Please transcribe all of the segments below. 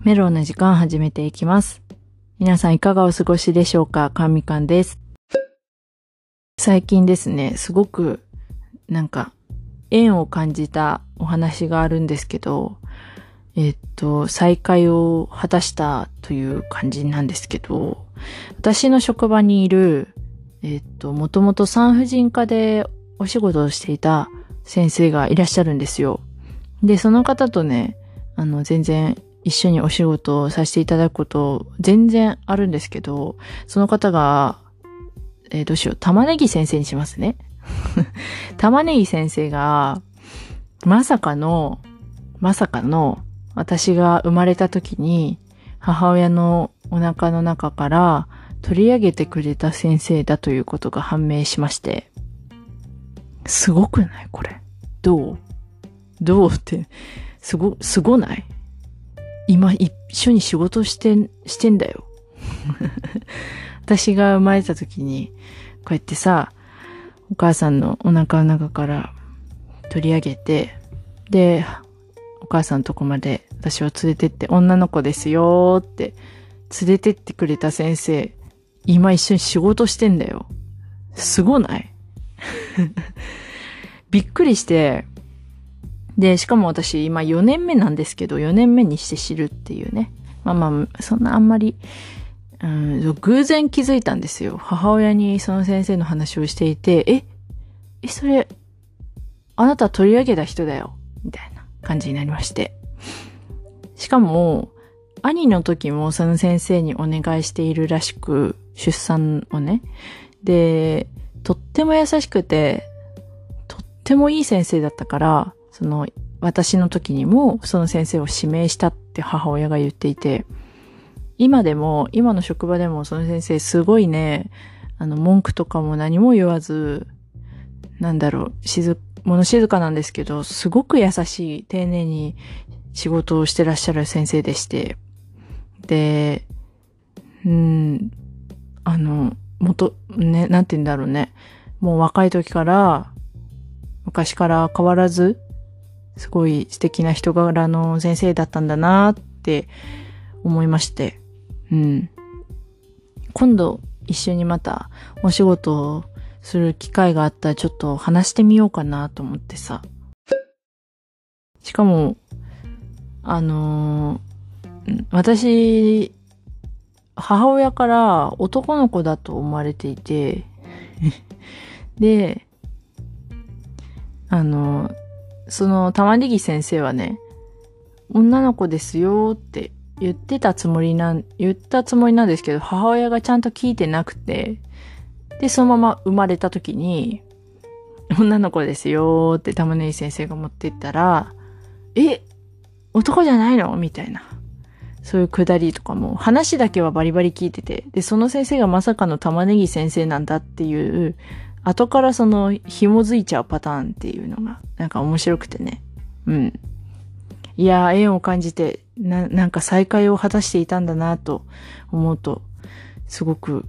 メロンの時間始めていきます。皆さんいかがお過ごしでしょうか？かんみかんです。最近ですね、すごく縁を感じたお話があるんですけど、再会を果たしたという感じなんですけど、私の職場にいる、もともと産婦人科でお仕事をしていた先生がいらっしゃるんですよ。で、その方とね、全然一緒にお仕事をさせていただくこと全然あるんですけど、その方が、どうしよう、玉ねぎ先生にしますね。玉ねぎ先生が、まさかの、私が生まれた時に、母親のお腹の中から取り上げてくれた先生だということが判明しまして、すごくないこれ。どうって、すごない？今一緒に仕事してんだよ。私が生まれた時に、こうやってさ、お母さんのお腹の中から取り上げて、で、お母さんのとこまで私を連れてって、女の子ですよーって連れてってくれた先生、今一緒に仕事してんだよ。すごないびっくりして、で、しかも私今4年目なんですけど、4年目にして知るっていうね。そんなあんまり、偶然気づいたんですよ。母親にその先生の話をしていて、それ、あなた取り上げた人だよ。みたいな感じになりまして。しかも、兄の時もその先生にお願いしているらしく、出産をね。で、とっても優しくて、とってもいい先生だったから、私の時にもその先生を指名したって母親が言っていて、今の職場でもその先生すごいね、文句とかも何も言わず、物静かなんですけど、すごく優しい、丁寧に仕事をしてらっしゃる先生でして、で、なんて言うんだろうね。もう若い時から、昔から変わらず、すごい素敵な人柄の先生だったんだなって思いまして。今度一緒にまたお仕事をする機会があったらちょっと話してみようかなと思ってさ。しかも、私、母親から男の子だと思われていて、で、その玉ねぎ先生はね、女の子ですよって言ったつもりなんですけど、母親がちゃんと聞いてなくて、で、そのまま生まれた時に、女の子ですよって玉ねぎ先生が持ってったら、男じゃないのみたいな。そういうくだりとかも、話だけはバリバリ聞いてて、で、その先生がまさかの玉ねぎ先生なんだっていう、後から紐づいちゃうパターンっていうのが、面白くてね。いやー、縁を感じて、再会を果たしていたんだなと思うと、すごく、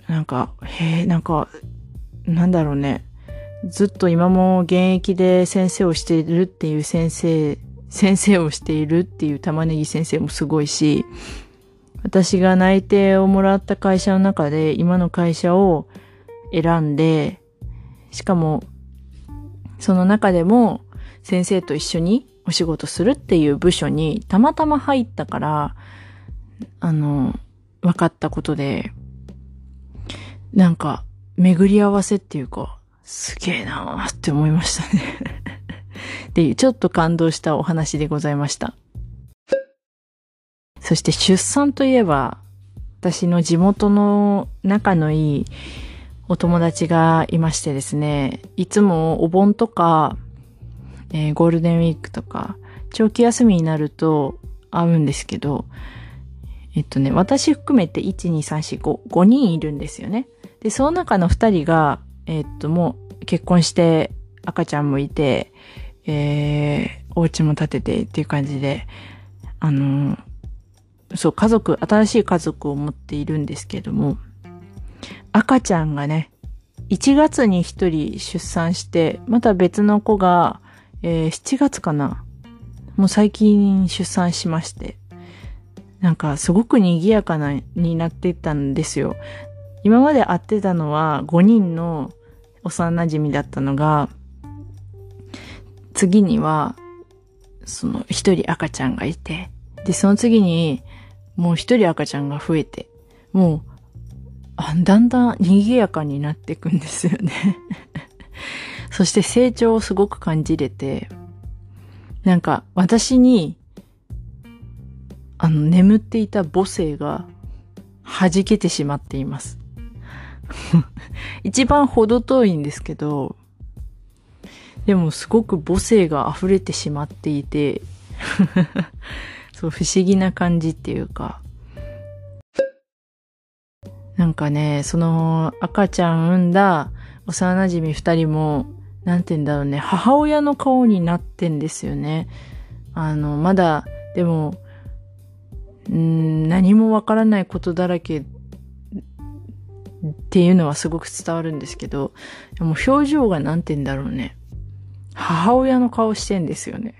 なんだろうね。ずっと今も現役で先生をしているっていう先生をしているっていう玉ねぎ先生もすごいし、私が内定をもらった会社の中で今の会社を選んで、しかも、その中でも先生と一緒にお仕事するっていう部署にたまたま入ったから、分かったことで、巡り合わせっていうか、すげえなーって思いましたね。で、ちょっと感動したお話でございました。そして出産といえば、私の地元の仲のいいお友達がいましてですね、いつもお盆とか、ゴールデンウィークとか、長期休みになると会うんですけど、私含めて1、2、3、4、5人いるんですよね。で、その中の2人が、もう結婚して赤ちゃんもいて、お家も建ててっていう感じで、新しい家族を持っているんですけども、赤ちゃんがね、1月に1人出産して、また別の子が、7月かな。もう最近出産しまして。 なんかすごく賑やかになっていったんですよ。今まで会ってたのは5人の幼馴染だったのが、次には、その一人赤ちゃんがいて、で、その次にもう一人赤ちゃんが増えて、もう、だんだん賑やかになっていくんですよね。そして成長をすごく感じれて、なんか私に、眠っていた母性が弾けてしまっています。一番程遠いんですけど、でもすごく母性が溢れてしまっていて、そう、不思議な感じっていうか、なんかね、その赤ちゃん産んだ幼馴染2人も、なんて言うんだろうね、母親の顔になってんですよね。まだ、でも、何もわからないことだらけっていうのはすごく伝わるんですけど、でも表情がなんて言うんだろうね。母親の顔してんですよね。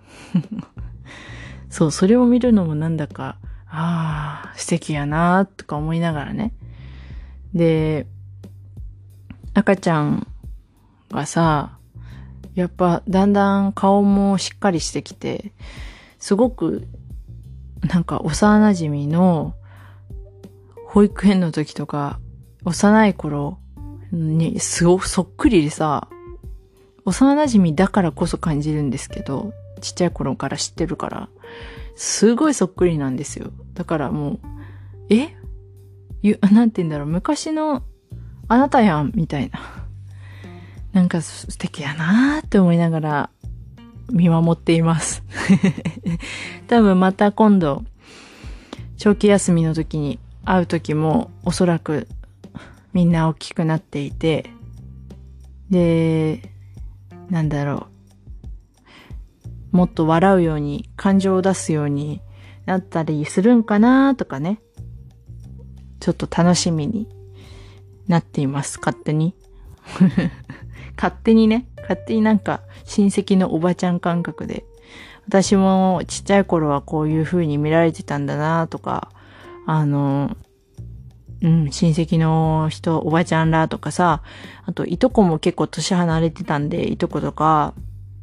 そう、それを見るのもなんだか、素敵やなとか思いながらね。で、赤ちゃんがさ、やっぱだんだん顔もしっかりしてきて、すごくなんか幼馴染の保育園の時とか幼い頃にすごくそっくりでさ、幼馴染だからこそ感じるんですけど、ちっちゃい頃から知ってるから、すごいそっくりなんですよ。だからもう、なんて言うんだろう、昔のあなたやん、みたいな。なんか素敵やなーって思いながら見守っています。多分また今度、長期休みの時に会う時もおそらくみんな大きくなっていて、で、なんだろう。もっと笑うように、感情を出すようになったりするんかなとかね。ちょっと楽しみになっています、勝手に。勝手になんか親戚のおばちゃん感覚で。私もちっちゃい頃はこういう風に見られてたんだなとか、親戚の人、おばちゃんらとかさ、あといとこも結構年離れてたんで、いとことか、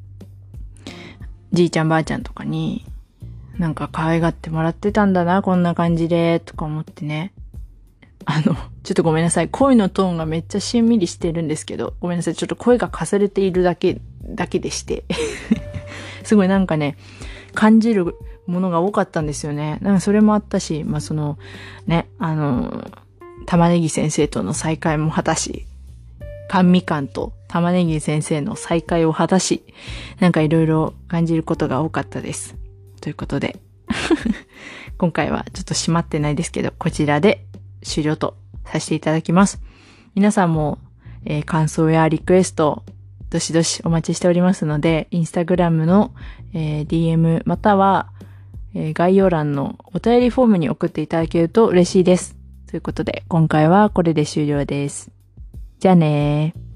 じいちゃんばあちゃんとかに、なんか可愛がってもらってたんだな、こんな感じで、とか思ってね。ちょっとごめんなさい。声のトーンがめっちゃしんみりしてるんですけど、ごめんなさい。ちょっと声がかされているだけでして。すごいなんかね、感じるものが多かったんですよね。なんかそれもあったし、玉ねぎ先生との再会も果たし、甘味感と玉ねぎ先生の再会を果たし、なんかいろいろ感じることが多かったです。ということで、今回はちょっと閉まってないですけど、こちらで終了とさせていただきます。皆さんも、感想やリクエスト、どしどしお待ちしておりますので、インスタグラムの、DM または、概要欄のお便りフォームに送っていただけると嬉しいです。ということで、今回はこれで終了です。じゃあねー。